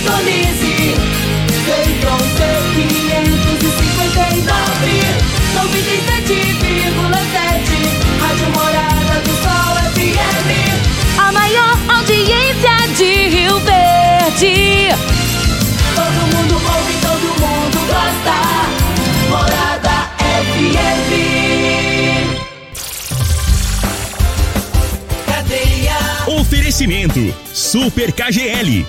sintonize. Central C 559, 97,7. Rádio Morada do Sol FM. A maior audiência de Rio Verde. Todo mundo ouve, todo mundo gosta. Morada FM. Cadeia. Oferecimento Super KGL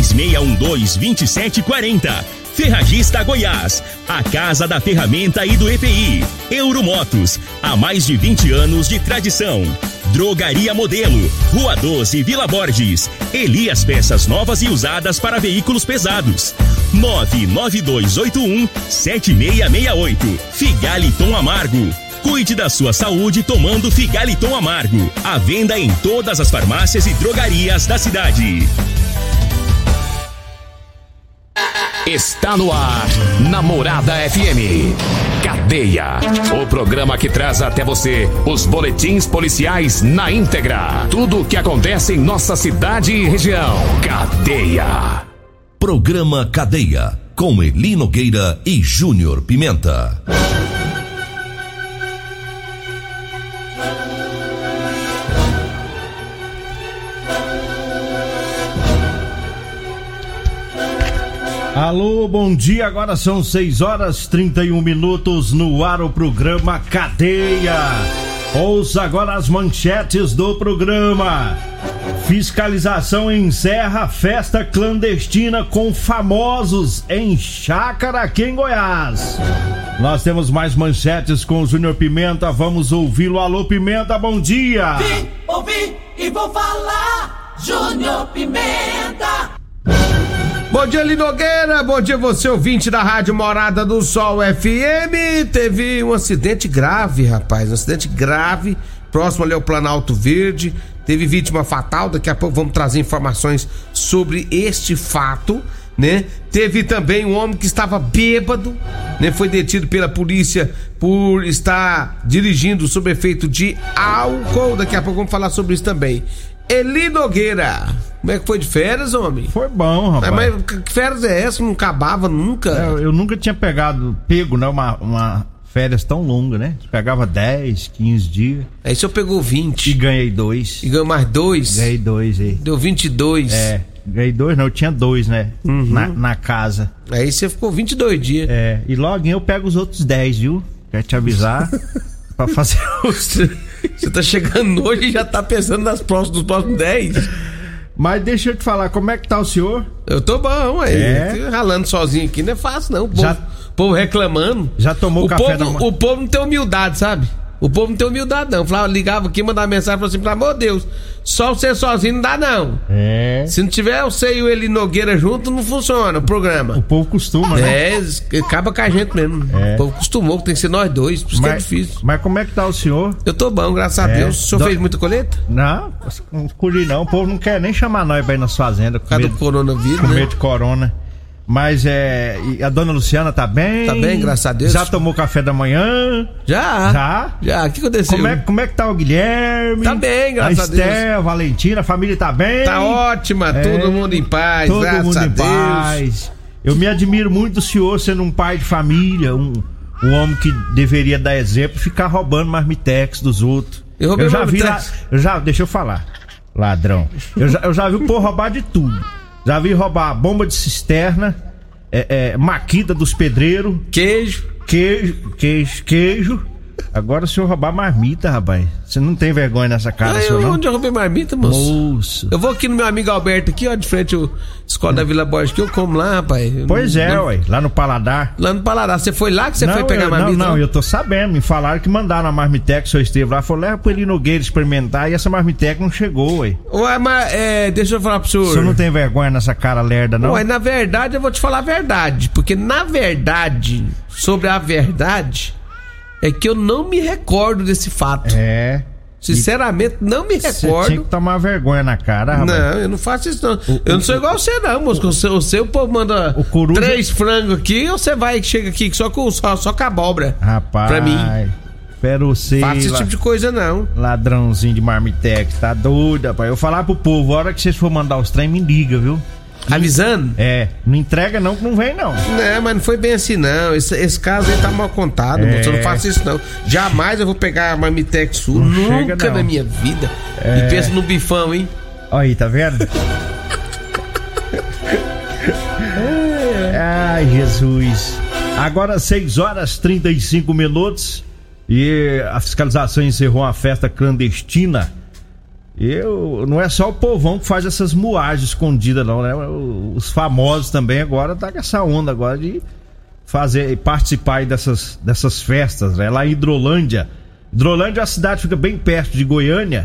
3612-2740. Ferragista Goiás, a casa da ferramenta e do EPI. Euromotos, há mais de 20 anos de tradição. Drogaria Modelo, Rua 12, Vila Borges. Elias Peças Novas e Usadas para Veículos Pesados. 99281-7668. Figaliton Amargo. Cuide da sua saúde tomando Figaliton Amargo. À venda em todas as farmácias e drogarias da cidade. Está no ar, Namorada FM. Cadeia, o programa que traz até você os boletins policiais na íntegra. Tudo o que acontece em nossa cidade e região. Cadeia. Programa Cadeia, com Eli Nogueira e Júnior Pimenta. Alô, bom dia, agora são 6h31 no ar o programa Cadeia. Ouça agora as manchetes do programa. Fiscalização encerra festa clandestina com famosos em Chácara aqui em Goiás. Nós temos mais manchetes com o Júnior Pimenta, vamos ouvi-lo. Alô, Pimenta, bom dia. Vim, ouvi e vou falar, Júnior Pimenta. Bom dia, Eli Nogueira, bom dia você, ouvinte da Rádio Morada do Sol FM. Teve um acidente grave, rapaz, um acidente grave, próximo ali ao Planalto Verde. Teve vítima fatal, daqui a pouco vamos trazer informações sobre este fato, né? Teve também um homem que estava bêbado, né? Foi detido pela polícia por estar dirigindo sob efeito de álcool. Daqui a pouco vamos falar sobre isso também. Eli Nogueira, como é que foi de férias, homem? Foi bom, rapaz. Mas que férias é essa? Não acabava nunca? Eu nunca tinha pego, né, uma férias tão longa, né? Pegava 10, 15 dias. Aí o senhor pegou 20. E ganhei 2. E ganhou mais 2? Ganhei 2 aí. Deu 22. Ganhei 2, não, eu tinha 2, né? Uhum. Na casa. Aí você ficou 22 dias. E logo eu pego os outros 10, viu? Quero te avisar. Pra fazer os... Você tá chegando hoje e já tá pensando nos próximos 10. Mas deixa eu te falar, como é que tá o senhor? Eu tô bom, aí. Ralando sozinho aqui não é fácil, não. O povo reclamando. Já tomou café da manhã? O povo não tem humildade, sabe? O povo não tem humildade, não. Ligava aqui, mandava mensagem, falava assim, pelo amor de Deus, só você sozinho não dá, não. Se não tiver você e o Eli Nogueira junto, não funciona o programa. O povo costuma, né? Acaba com a gente mesmo. O povo costumou que tem que ser nós dois, por isso que é difícil. Mas como é que tá o senhor? Eu tô bom, graças a Deus. O senhor fez muita colheita? Não colhi não. O povo não quer nem chamar nós pra ir nas fazendas. Por causa do coronavírus, com medo de corona. Mas e a dona Luciana tá bem? Tá bem, graças a Deus. Já tomou café da manhã? Já. O que aconteceu? Como é que tá o Guilherme? Tá bem, graças a Deus. A Esté, a Valentina, a família tá bem? Tá ótima, todo mundo em paz, graças a Deus. Todo mundo em paz. Eu me admiro muito do senhor sendo um pai de família, um homem que deveria dar exemplo, ficar roubando marmitex dos outros. Eu já vi lá, deixa eu falar, ladrão. Eu já vi o povo roubar de tudo. Já vi roubar bomba de cisterna, maquita dos pedreiros, queijo. Agora o senhor roubar marmita, rapaz. Você não tem vergonha nessa cara, senhor, não? Onde eu roubei marmita, moço? Eu vou aqui no meu amigo Alberto, aqui, ó, de frente à escola da Vila Borges, que eu como lá, rapaz. Ué, lá no Paladar. Lá no Paladar. Você foi lá que você foi pegar marmita? Não, eu tô sabendo. Me falaram que mandaram a marmitex, o senhor esteve lá. Falou, leva pro Eli Nogueira experimentar, e essa marmitex não chegou, ué. Ué, mas, deixa eu falar pro senhor. O senhor não tem vergonha nessa cara lerda, não? Ué, na verdade, eu vou te falar a verdade. Porque, na verdade, sobre a verdade... É que eu não me recordo desse fato. Sinceramente, não me recordo. Você tinha que tomar vergonha na cara, rapaz. Não, eu não faço isso, não. Eu não sou igual você, não, moço. O povo manda 3 frangos aqui, você chega aqui só com a abóbora. Rapaz. Pra mim. Espera você. Faça esse tipo de coisa, não. Ladrãozinho de marmitex, tá doido, rapaz. Eu falar pro povo, a hora que vocês for mandar os trem, me liga, viu? Avisando? Não entrega não, que não vem não. Não, mas não foi bem assim não. Esse caso aí tá mal contado, moço. Eu não faço isso não. Jamais eu vou pegar a Marmitex Sul. Nunca na minha vida. E pensa no bifão, hein? Olha aí, tá vendo? Ai, Jesus. Agora 6h35 e a fiscalização encerrou uma festa clandestina. Não é só o povão que faz essas moagens escondidas não, né? Os famosos também agora tá com essa onda agora de participar aí dessas festas, né? Lá em Hidrolândia. Hidrolândia, a cidade fica bem perto de Goiânia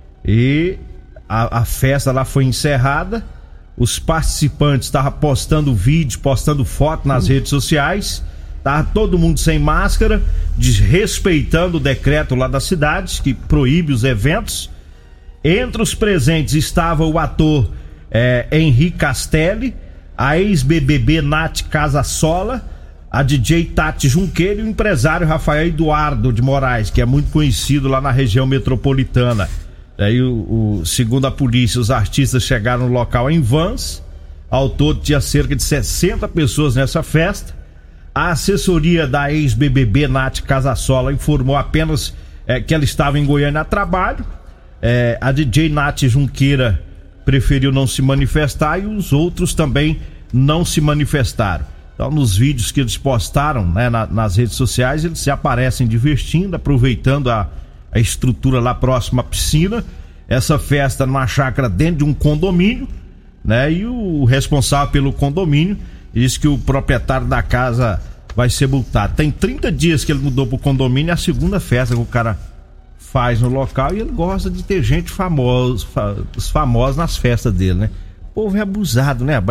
e a festa lá foi encerrada. Os participantes estavam postando vídeo, postando foto nas redes sociais. Tava todo mundo sem máscara, desrespeitando o decreto lá da cidade que proíbe os eventos. Entre os presentes estava o ator Henrique Castelli, a ex-BBB Nath Casasola, a DJ Tati Junqueira e o empresário Rafael Eduardo de Moraes, que é muito conhecido lá na região metropolitana. Aí, segundo a polícia, os artistas chegaram no local em vans. Ao todo tinha cerca de 60 pessoas nessa festa. A assessoria da ex-BBB Nath Casasola informou apenas que ela estava em Goiânia a trabalho. A DJ Nath Junqueira preferiu não se manifestar e os outros também não se manifestaram. Então, nos vídeos que eles postaram, né, nas redes sociais, eles se aparecem divertindo, aproveitando a estrutura lá próxima à piscina. Essa festa numa chácara dentro de um condomínio, né? E o responsável pelo condomínio diz que o proprietário da casa vai ser multado. Tem 30 dias que ele mudou pro condomínio, é a segunda festa que o cara faz no local e ele gosta de ter gente famosa, os famosos nas festas dele, né? O povo é abusado, né?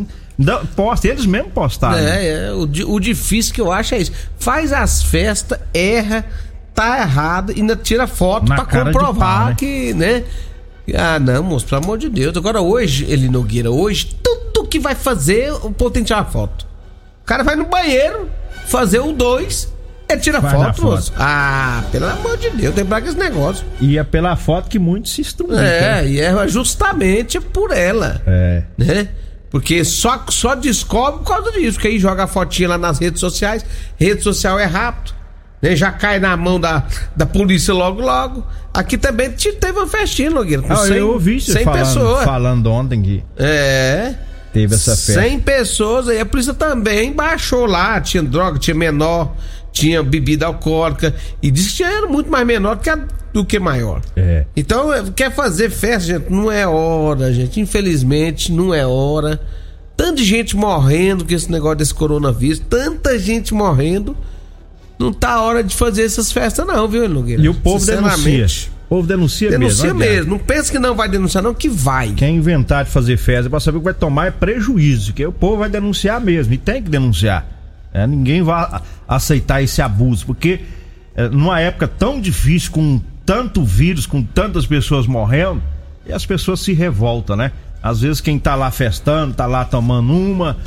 Posta, eles mesmos postaram. O difícil que eu acho é isso. Faz as festas, erra, tá errado e ainda tira foto pra comprovar pau, né? Que, né? Ah, não, moço, pelo amor de Deus. Agora hoje, Eli Nogueira, tudo que vai fazer, o povo tem que tirar foto. O cara vai no banheiro fazer o 2, ele tira foto, moço. Ah, pelo amor de Deus, tem pra que esse negócio. E é pela foto que muitos se instrumentam. E é justamente por ela. Né? Porque só descobre por causa disso, que aí joga a fotinha lá nas redes sociais. Rede social é rápido, né? Já cai na mão da polícia logo. Aqui também teve uma festinha, Nogueira. Eu ouvi você falando ontem que teve essa festa. 100 pessoas, aí a polícia também baixou lá. Tinha droga, tinha menor, tinha bebida alcoólica. E disse que era muito mais menor do que maior. Então, quer fazer festa, gente? Não é hora, gente. Infelizmente, não é hora. Tanta gente morrendo com esse negócio desse coronavírus. Tanta gente morrendo. Não tá a hora de fazer essas festas não, viu, Nogueira? E o povo denuncia. O povo denuncia mesmo. Denuncia mesmo. Não pensa que não vai denunciar não, que vai. Quem inventar de fazer festa pra saber o que vai tomar é prejuízo, que o povo vai denunciar mesmo, e tem que denunciar. Ninguém vai aceitar esse abuso, porque numa época tão difícil, com tanto vírus, com tantas pessoas morrendo, e as pessoas se revoltam, né? Às vezes quem tá lá festando, tá lá tomando uma,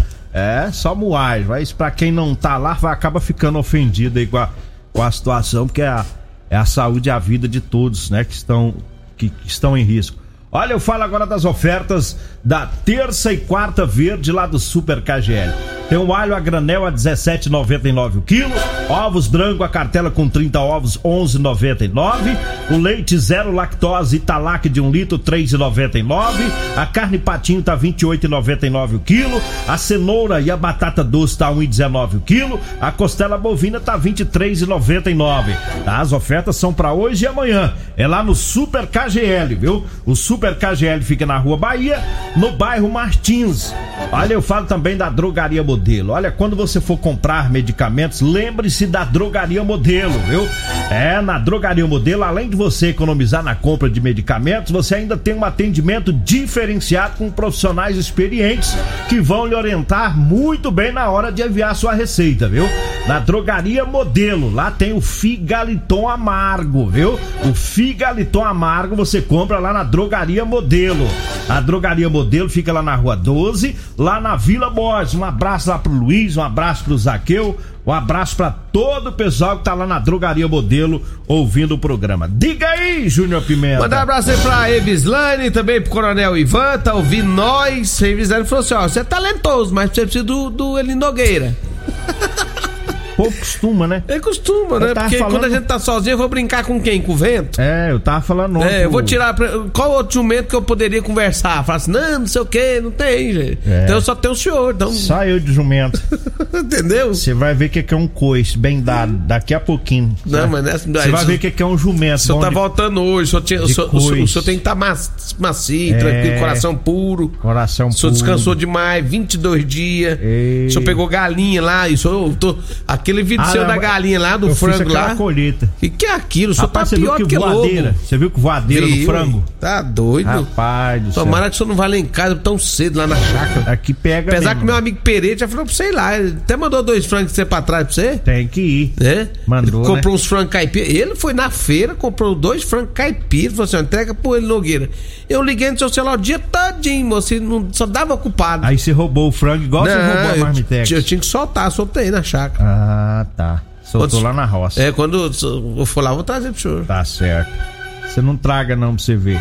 só moagem, mas pra quem não tá lá, acaba ficando ofendido aí com a situação, porque é a saúde e a vida de todos, né, que estão em risco. Olha, eu falo agora das ofertas da terça e quarta verde lá do Super KGL. Tem um alho a granel a R$17,99 o quilo, ovos branco a cartela com 30 ovos R$11,99, o leite zero lactose Italac de 1 litro R$3,99, a carne patinho tá R$28,99 o quilo, a cenoura e a batata doce tá R$1,19 o quilo, a costela bovina tá R$23,99. As ofertas são para hoje e amanhã, é lá no Super KGL, viu? O Super KGL fica na Rua Bahia, no bairro Martins. Olha, eu falo também da Drogaria Modelo. Olha, quando você for comprar medicamentos, lembre-se da Drogaria Modelo, viu? Na Drogaria Modelo, além de você economizar na compra de medicamentos, você ainda tem um atendimento diferenciado com profissionais experientes que vão lhe orientar muito bem na hora de enviar sua receita, viu? Na Drogaria Modelo, lá tem o Figaliton Amargo, viu? O Figaliton Amargo você compra lá na Drogaria Modelo. A Drogaria Modelo fica lá na Rua 12, lá na Vila Borges. Um abraço abraço lá pro Luiz, um abraço pro Zaqueu, um abraço pra todo o pessoal que tá lá na Drogaria Modelo ouvindo o programa. Diga aí, Júnior Pimenta. Manda um abraço aí pra Evislane, também pro Coronel Ivan, tá ouvindo nós. A Evislane falou assim, ó, você é talentoso, mas você precisa do Eli Nogueira. Pouco costuma, né? Ele costuma, né? Porque quando a gente tá sozinho, eu vou brincar com quem? Com o vento? Eu tava falando ontem. Eu vou tirar... Qual outro jumento que eu poderia conversar? Falar assim, não sei o que, não tem, gente. Então eu só tenho o senhor, então... Só eu de jumento. Entendeu? Você vai ver que é um coice bem dado, daqui a pouquinho. Não, mas nessa... Você vai ver que é um jumento. O senhor tá voltando hoje, o senhor tem que estar macio, tranquilo, coração puro. Coração puro. O senhor descansou demais, 22 dias. O senhor pegou galinha lá, aquele vídeo seu da galinha lá, do frango lá. Colheita. Que é aquilo? O senhor rapaz, tá pior que voadeira. lobo. Você viu que voadeira no frango? Tá doido. Rapaz do céu. Tomara que o senhor não vá lá em casa tão cedo lá na chácara. Aqui pega apesar mesmo. Que meu amigo Pereira já falou pra você ir lá. Ele até mandou 2 frangos de você pra trás pra você. Tem que ir. Mandou, ele comprou uns frangos caipiras. Ele foi na feira, comprou 2 frangos caipiras. Falou assim, ó, entrega pro Eli Nogueira. Eu liguei no seu celular o dia todinho, moço. Só dava ocupado. Aí você roubou o frango igual você roubou a marmitex. Eu tinha que soltei na chácara. Ah, tá. Soltou lá na roça. Quando eu for lá, eu vou trazer pro senhor. Tá certo. Você não traga não pra você ver.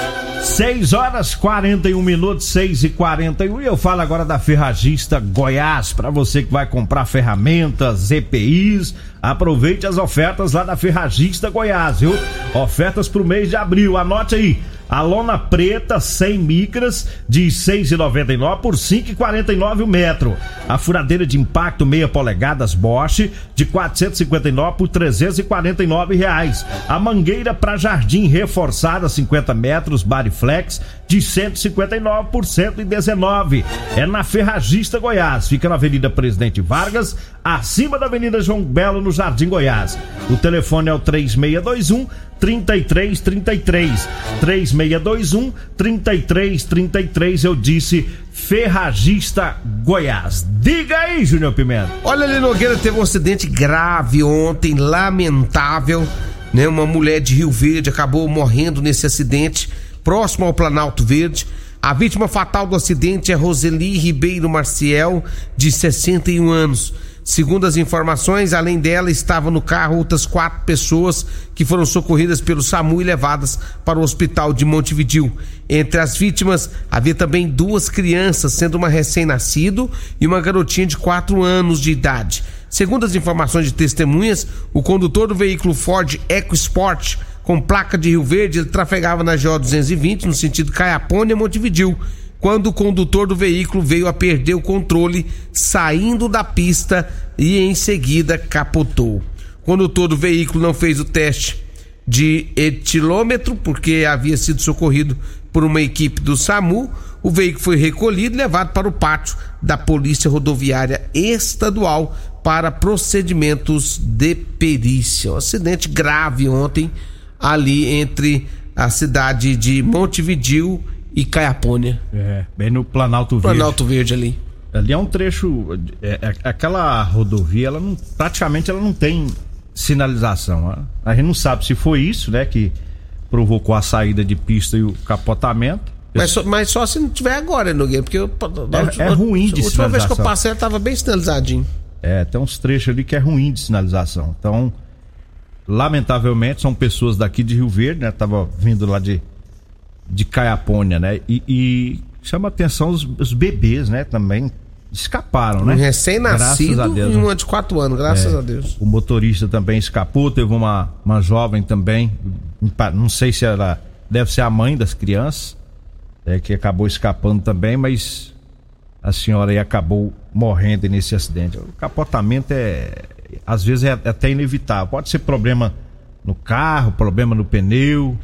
6h41, 6h41. E eu falo agora da Ferragista Goiás. Pra você que vai comprar ferramentas, EPIs, aproveite as ofertas lá da Ferragista Goiás, viu? Ofertas pro mês de abril. Anote aí. A lona preta 100 micras de R$ 6,99 por R$ 5,49 o metro. A furadeira de impacto meia polegadas Bosch de R$ 459 por R$ 349 reais. A mangueira para jardim reforçada 50 metros Bariflex de 159 por 119. É na Ferragista Goiás. Fica na Avenida Presidente Vargas, acima da Avenida João Belo, no Jardim Goiás. O telefone é o 3621-3333. 3621-3333. Eu disse Ferragista Goiás. Diga aí, Júnior Pimenta. Olha, Eli Nogueira, teve um acidente grave ontem, lamentável, né? Uma mulher de Rio Verde acabou morrendo nesse acidente, próximo ao Planalto Verde. A vítima fatal do acidente é Roseli Ribeiro Marciel, de 61 anos. Segundo as informações, além dela, estavam no carro outras 4 pessoas que foram socorridas pelo SAMU e levadas para o hospital de Montevidéu. Entre as vítimas, havia também 2 crianças, sendo uma recém-nascido e uma garotinha de 4 anos de idade. Segundo as informações de testemunhas, o condutor do veículo Ford EcoSport, com placa de Rio Verde, ele trafegava na GO 220, no sentido Caiapônia, Montevidéu, quando o condutor do veículo veio a perder o controle, saindo da pista e em seguida capotou. O condutor do veículo não fez o teste de etilômetro, porque havia sido socorrido por uma equipe do SAMU. O veículo foi recolhido e levado para o pátio da Polícia Rodoviária Estadual para procedimentos de perícia. Um acidente grave ontem ali entre a cidade de Montevidéu e Caiapônia. Bem no Planalto Verde. Planalto Verde ali. Ali é um trecho, aquela rodovia, praticamente ela não tem sinalização. A gente não sabe se foi isso, né, que provocou a saída de pista e o capotamento. Mas só se não tiver agora, Nogueira, porque é ruim de sinalização. A última vez que eu passei, ela tava bem sinalizadinho. Tem uns trechos ali que é ruim de sinalização. Então, lamentavelmente, são pessoas daqui de Rio Verde, né, tava vindo lá de Caiapônia, né? E chama atenção os bebês, né? Também escaparam, né? Um recém-nascido e uma de 4 anos, graças a Deus. O motorista também escapou, teve uma jovem também, não sei se ela deve ser a mãe das crianças, que acabou escapando também, mas a senhora aí acabou morrendo nesse acidente. O capotamento às vezes é até inevitável, pode ser problema no carro, problema no pneu.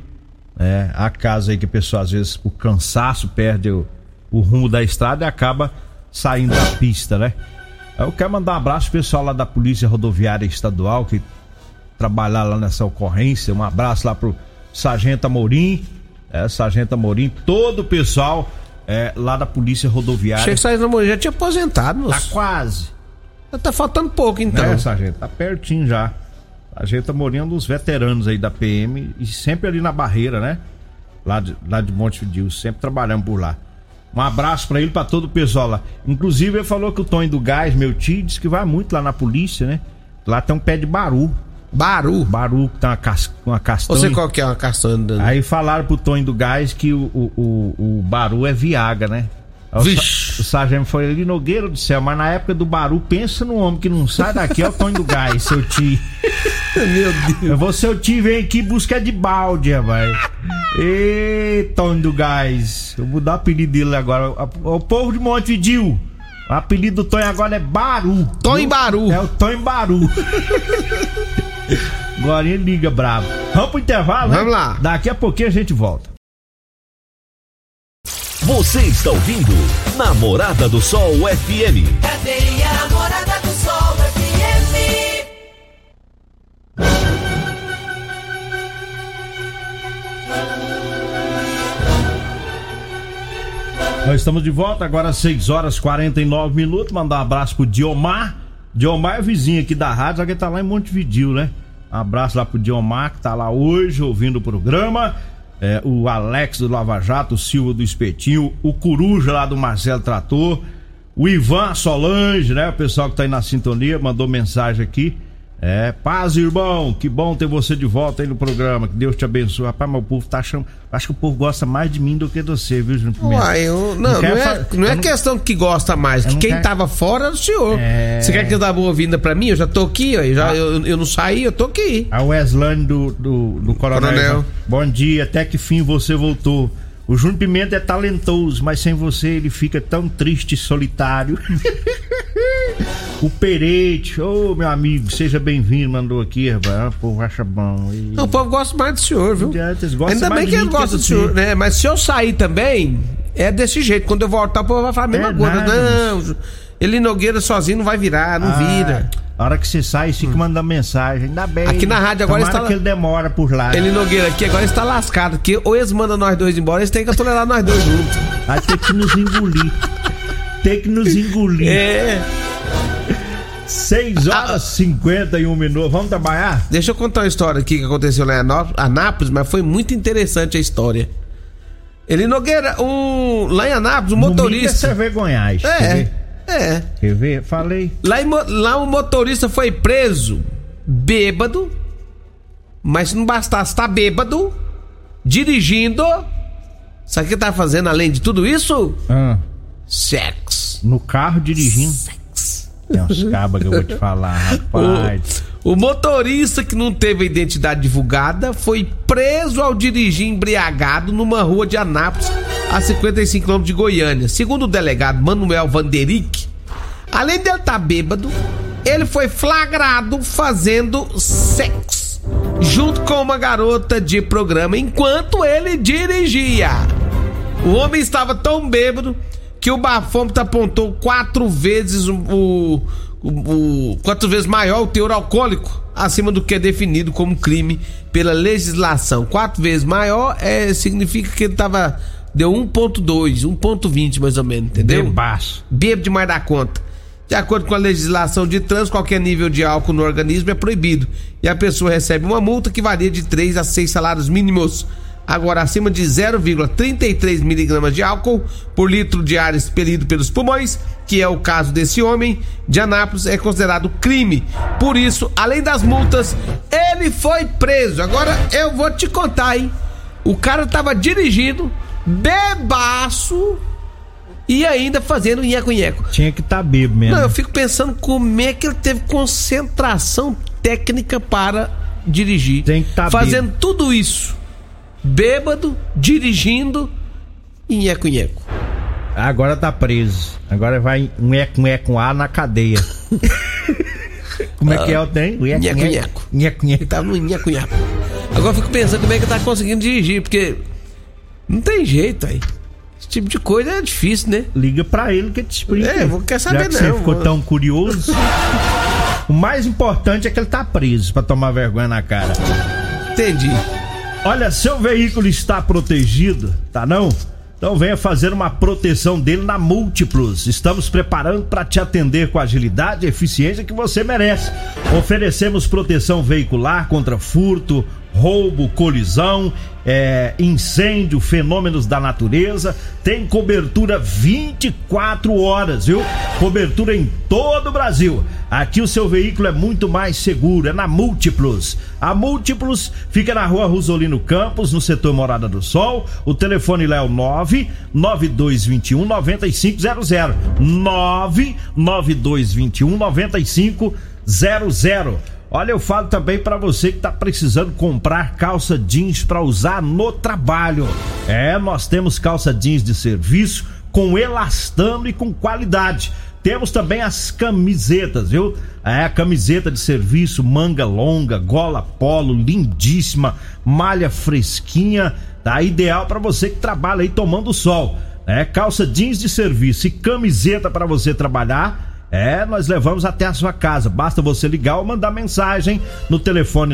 Há casos aí que a pessoa às vezes por cansaço perde o rumo da estrada e acaba saindo da pista, né? Eu quero mandar um abraço pro pessoal lá da Polícia Rodoviária Estadual que trabalhar lá nessa ocorrência. Um abraço lá pro Sargento Amorim, todo o pessoal lá da Polícia Rodoviária. Achei que o Sargento Amorim já tinha aposentado, moço. Tá quase. Tá faltando pouco então. Sargento, tá pertinho já. A gente Amorim é um dos veteranos aí da PM e sempre ali na barreira, né? Lá de Montevidéu, sempre trabalhamos por lá. Um abraço pra ele, pra todo o pessoal lá. Inclusive, ele falou que o Tonho do Gás, meu tio, disse que vai muito lá na polícia, né? Lá tem um pé de baru. Baru? Baru, que tá uma castanha. Você qual que é uma castanha? Aí falaram pro Tonho do Gás que o baru é Viagra, né? O sargento foi ali, Nogueira do céu, mas na época do baru, pensa no homem que não sai daqui, é o Tonho do Gás, seu tio. Meu Deus. Você, seu tio, vem aqui buscar de balde, rapaz. Ê, Tonho do Gás. Eu vou dar o apelido dele agora. O povo de Montevidéu. O apelido do Tonho agora é Baru. Tonho Baru. É o Tonho Baru. Agora ele liga bravo. Vamos pro intervalo, Vamos né? lá. Daqui a pouquinho a gente volta. Você está ouvindo Namorada do Sol FM. Cadeia Namorada do Sol FM. Nós estamos de volta, agora 6h49. Mandar um abraço pro Diomar. Diomar é vizinho aqui da rádio, só que ele tá lá em Montevidéu, né? Um abraço lá pro Diomar, que tá lá hoje ouvindo o programa. O Alex do Lava Jato, o Silva do Espetinho, o Coruja lá do Marcelo Trator, o Ivan Solange, né? O pessoal que tá aí na sintonia mandou mensagem aqui. Paz, irmão, que bom ter você de volta aí no programa, que Deus te abençoe. Rapaz, mas o povo tá achando, acho que o povo gosta mais de mim do que de você, viu, Júnior Pimenta? Uai, não é questão que gosta mais, que quem tava fora era o senhor. Você quer que eu dê uma boa-vinda pra mim? Eu já tô aqui, ó, eu não saí, eu tô aqui. A Weslane do Coronel. Bom dia, até que fim você voltou. O Júnior Pimenta é talentoso, mas sem você ele fica tão triste e solitário. O Perete, meu amigo, seja bem-vindo, mandou aqui, rapaz. O povo acha bom. Não, o povo gosta mais do senhor, viu? Ainda bem que eles gostam do senhor, né? Mas se eu sair também, é desse jeito. Quando eu voltar, o povo vai falar a mesma coisa. Não, ele Nogueira sozinho não vai virar, não vira. A hora que você sai, fica mandando mensagem. Ainda bem. Aqui na rádio agora está. Que ele demora por lá. Ele Nogueira aqui agora está lascado. Porque ou eles mandam nós dois embora, eles têm que tolerar nós dois juntos. Vai ter que nos engolir. Tem que nos engolir. 6h51. Vamos trabalhar? Deixa eu contar uma história aqui que aconteceu lá em Anápolis, mas foi muito interessante a história. Ele Nogueira, lá em Anápolis, um motorista. Você vê Goiás. Quer ver? Falei. Lá o motorista foi preso, bêbado, mas se não bastasse estar bêbado, dirigindo. Sabe o que ele tá fazendo além de tudo isso? Sexo. No carro dirigindo? Tem uns cabas que eu vou te falar, rapaz. O motorista que não teve a identidade divulgada foi preso ao dirigir embriagado numa rua de Anápolis, a 55 km de Goiânia. Segundo o delegado Manuel Vanderick, além de ele estar bêbado, ele foi flagrado fazendo sexo junto com uma garota de programa enquanto ele dirigia. O homem estava tão bêbado que o bafômetro apontou 4 vezes quatro vezes maior o teor alcoólico acima do que é definido como crime pela legislação. 4 vezes maior significa que ele deu 1.2, 1.20 mais ou menos, entendeu? Bebaço. Bêbado demais da conta. De acordo com a legislação de trânsito, qualquer nível de álcool no organismo é proibido e a pessoa recebe uma multa que varia de 3 a 6 salários mínimos. Agora, acima de 0,33 miligramas de álcool por litro de ar expelido pelos pulmões, que é o caso desse homem de Anápolis, é considerado crime. Por isso, além das multas, ele foi preso. Agora, eu vou te contar, hein? O cara tava dirigindo, bebaço, e ainda fazendo nheco-nheco. Tinha que estar bêbado mesmo. Não, eu fico pensando como é que ele teve concentração técnica para dirigir. Tem que estar fazendo bêbado. Tudo isso. Bêbado, dirigindo e nheco-nheco. Agora tá preso. Agora vai nheco A na cadeia. Como é que é o trem? Nheco-nheco. Ele tava no nheco-nheco. Agora eu fico pensando como é que ele tá conseguindo dirigir, porque não tem jeito aí. Esse tipo de coisa é difícil, né? Liga pra ele que te explica. Eu quero saber. Já que você ficou tão curioso. O mais importante é que ele tá preso pra tomar vergonha na cara. Entendi. Olha, seu veículo está protegido, tá não? Então venha fazer uma proteção dele na Múltiplos. Estamos preparando para te atender com a agilidade e eficiência que você merece. Oferecemos proteção veicular contra furto, roubo, colisão, incêndio, fenômenos da natureza. Tem cobertura 24 horas, viu? Cobertura em todo o Brasil. Aqui o seu veículo é muito mais seguro, é na Múltiplos. A Múltiplos fica na Rua Rosolino Campos, no setor Morada do Sol. O telefone lá é o 99221-9500. 99221-9500. Olha, eu falo também para você que tá precisando comprar calça jeans para usar no trabalho. Nós temos calça jeans de serviço com elastano e com qualidade. Temos também as camisetas, viu? Camiseta de serviço, manga longa, gola polo, lindíssima, malha fresquinha, tá ideal para você que trabalha aí tomando sol. Calça jeans de serviço e camiseta para você trabalhar. Nós levamos até a sua casa. Basta você ligar ou mandar mensagem no telefone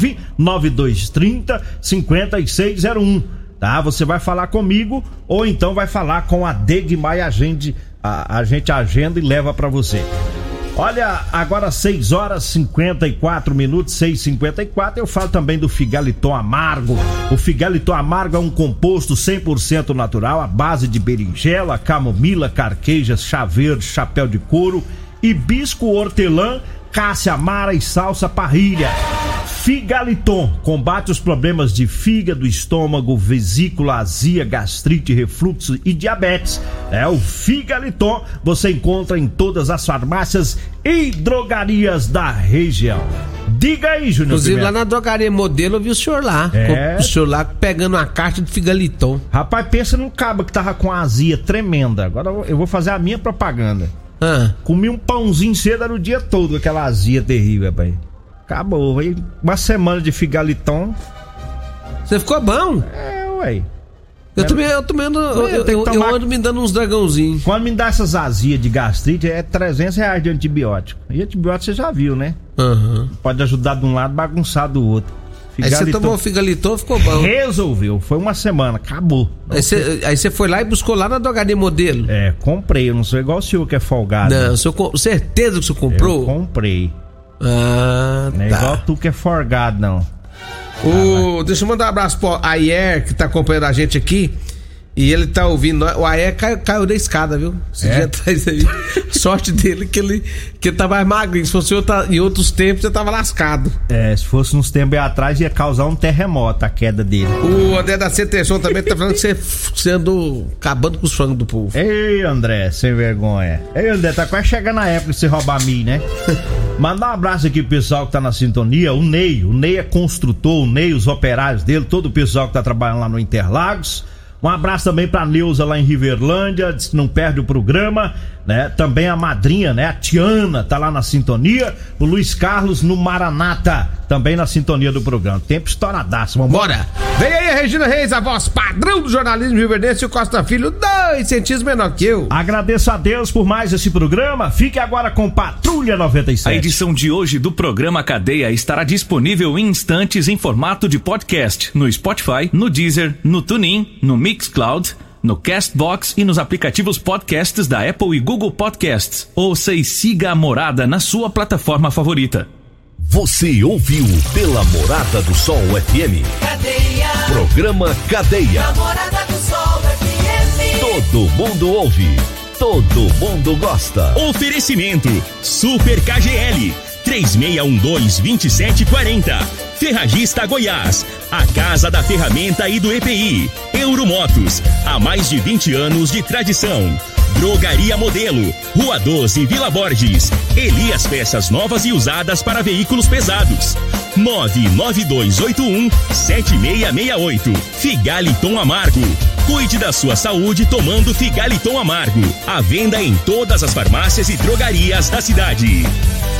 99230-5601. Tá? Você vai falar comigo ou então vai falar com a Degmar e a gente agenda e leva pra você. Olha, agora 6 horas 54 minutos, 6h54, eu falo também do Figaliton Amargo. O Figaliton Amargo é um composto 100% natural, à base de berinjela, camomila, carquejas, chá verde, chapéu de couro, hibisco, hortelã, cássia amara e salsa parrilha. Figaliton combate os problemas de fígado, estômago, vesícula, azia, gastrite, refluxo e diabetes. O Figaliton você encontra em todas as farmácias e drogarias da região. Diga aí, Júnior. Inclusive lá na drogaria Modelo eu vi o senhor lá. O senhor lá pegando uma caixa de Figaliton. Rapaz, pensa num cabo que tava com azia tremenda. Agora eu vou fazer a minha propaganda. Comi um pãozinho cedo, era o dia todo aquela azia terrível, rapaz. Acabou, aí uma semana de Figaliton. Você ficou bom? Ué. Eu ando me dando uns dragãozinhos. Quando me dá essas azias de gastrite, é R$300 de antibiótico. E antibiótico você já viu, né? Pode ajudar de um lado, bagunçar do outro. Figaliton. Aí você tomou Figaliton, ficou bom. Resolveu, foi uma semana, acabou. Aí você foi lá e buscou lá na drogaria Modelo? Comprei, eu não sou igual o senhor que é folgado. Não, certeza que o senhor comprou? Eu comprei. Não é igual tu que é forgado, não. Deixa eu mandar um abraço pro Ayer, que tá acompanhando a gente aqui. E ele tá ouvindo. O Ayer caiu da escada, viu? Esse dia atrás aí. Sorte dele que ele tá mais magrinho. Se fosse em outros tempos, ele tava lascado. Se fosse uns tempos atrás, ia causar um terremoto a queda dele. O André da Centeção também tá falando que você andou acabando com os frangos do povo. Ei, André, sem vergonha. Ei, André, tá quase chegando a época de você roubar mim, né? Mandar um abraço aqui pro pessoal que tá na sintonia. O Ney é construtor, o Ney, os operários dele, todo o pessoal que tá trabalhando lá no Interlagos. Um abraço também pra Neuza lá em Riverlândia, diz que não perde o programa, né? Também a madrinha, né? A Tiana tá lá na sintonia. O Luiz Carlos no Maranata, também na sintonia do programa. Tempo estouradaço, vambora. Vem aí a Regina Reis, a voz padrão do jornalismo rioverdense, e o Costa Filho, 2 centímetros menor que eu. Agradeço a Deus por mais esse programa. Fique agora com Patrulha 97. A edição de hoje do programa Cadeia estará disponível em instantes em formato de podcast no Spotify, no Deezer, no TuneIn, no Mixcloud, no Castbox e nos aplicativos podcasts da Apple e Google Podcasts. Ouça e siga a Morada na sua plataforma favorita. Você ouviu pela Morada do Sol FM. Cadeia. Programa Cadeia. Morada do Sol FM. Todo mundo ouve, todo mundo gosta. Oferecimento Super KGL 3612-2740. Ferragista Goiás, a casa da ferramenta e do EPI. Euromotos, há mais de 20 anos de tradição. Drogaria Modelo, Rua 12, Vila Borges. Elias Peças novas e usadas para veículos pesados. 99281-7668. Figaliton Amargo. Cuide da sua saúde tomando Figaliton Amargo. À venda em todas as farmácias e drogarias da cidade.